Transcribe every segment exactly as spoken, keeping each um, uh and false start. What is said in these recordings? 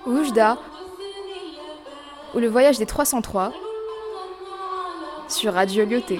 Oujda, ou le voyage des trois cent trois, sur Radio Lyoté.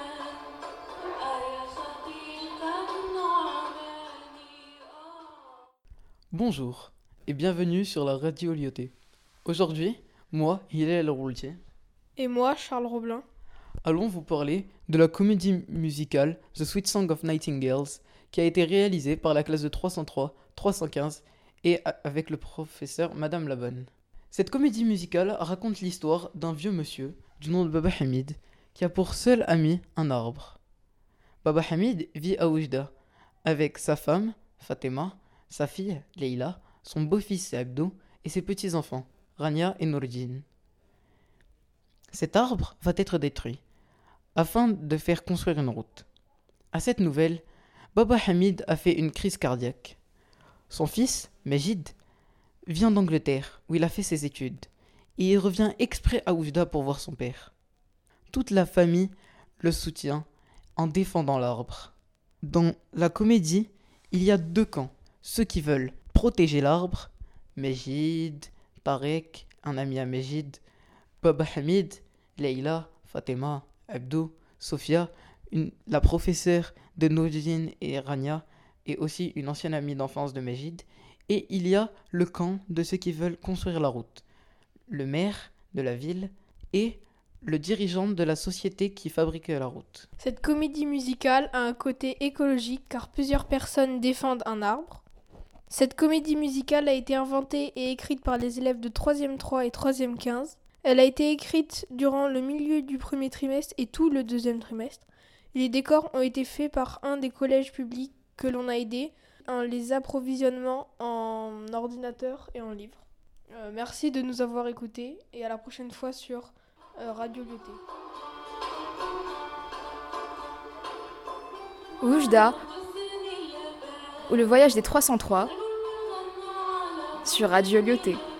Bonjour et bienvenue sur la Radio Lyoté. Aujourd'hui, moi, Hillel Roultier, Et moi, Charles Roblin. allons vous parler de la comédie musicale The Sweet Song of Nightingales qui a été réalisée par la classe de trois cent trois, trois cent quinze et a- avec le professeur Madame Labonne. Cette comédie musicale raconte l'histoire d'un vieux monsieur du nom de Baba Hamid qui a pour seul ami un arbre. Baba Hamid vit à Oujda avec sa femme, Fatima, sa fille, Leila, son beau-fils Abdou et ses petits-enfants, Rania et Nourdine. Cet arbre va être détruit afin de faire construire une route. À cette nouvelle, Baba Hamid a fait une crise cardiaque. Son fils, Majid, vient d'Angleterre où il a fait ses études et il revient exprès à Oujda pour voir son père. Toute la famille le soutient en défendant l'arbre. Dans la comédie, il y a deux camps. Ceux qui veulent protéger l'arbre, Majid, Tarek, un ami à Majid, Baba Hamid, Leila, Fatima, Abdou, Sofia, une- la professeure de Nourdine et Rania, et aussi une ancienne amie d'enfance de Majid. Et il y a le camp de ceux qui veulent construire la route, le maire de la ville et le dirigeant de la société qui fabrique la route. Cette comédie musicale a un côté écologique car plusieurs personnes défendent un arbre. Cette comédie musicale a été inventée et écrite par les élèves de troisième trois et troisième quinze. Elle a été écrite durant le milieu du premier trimestre et tout le deuxième trimestre. Les décors ont été faits par un des collèges publics que l'on a aidé en les approvisionnements en ordinateur et en livres. Euh, merci de nous avoir écoutés et à la prochaine fois sur euh, Radio Lyoté. Oujda, ou le voyage des trois cent trois, sur Radio Lyoté.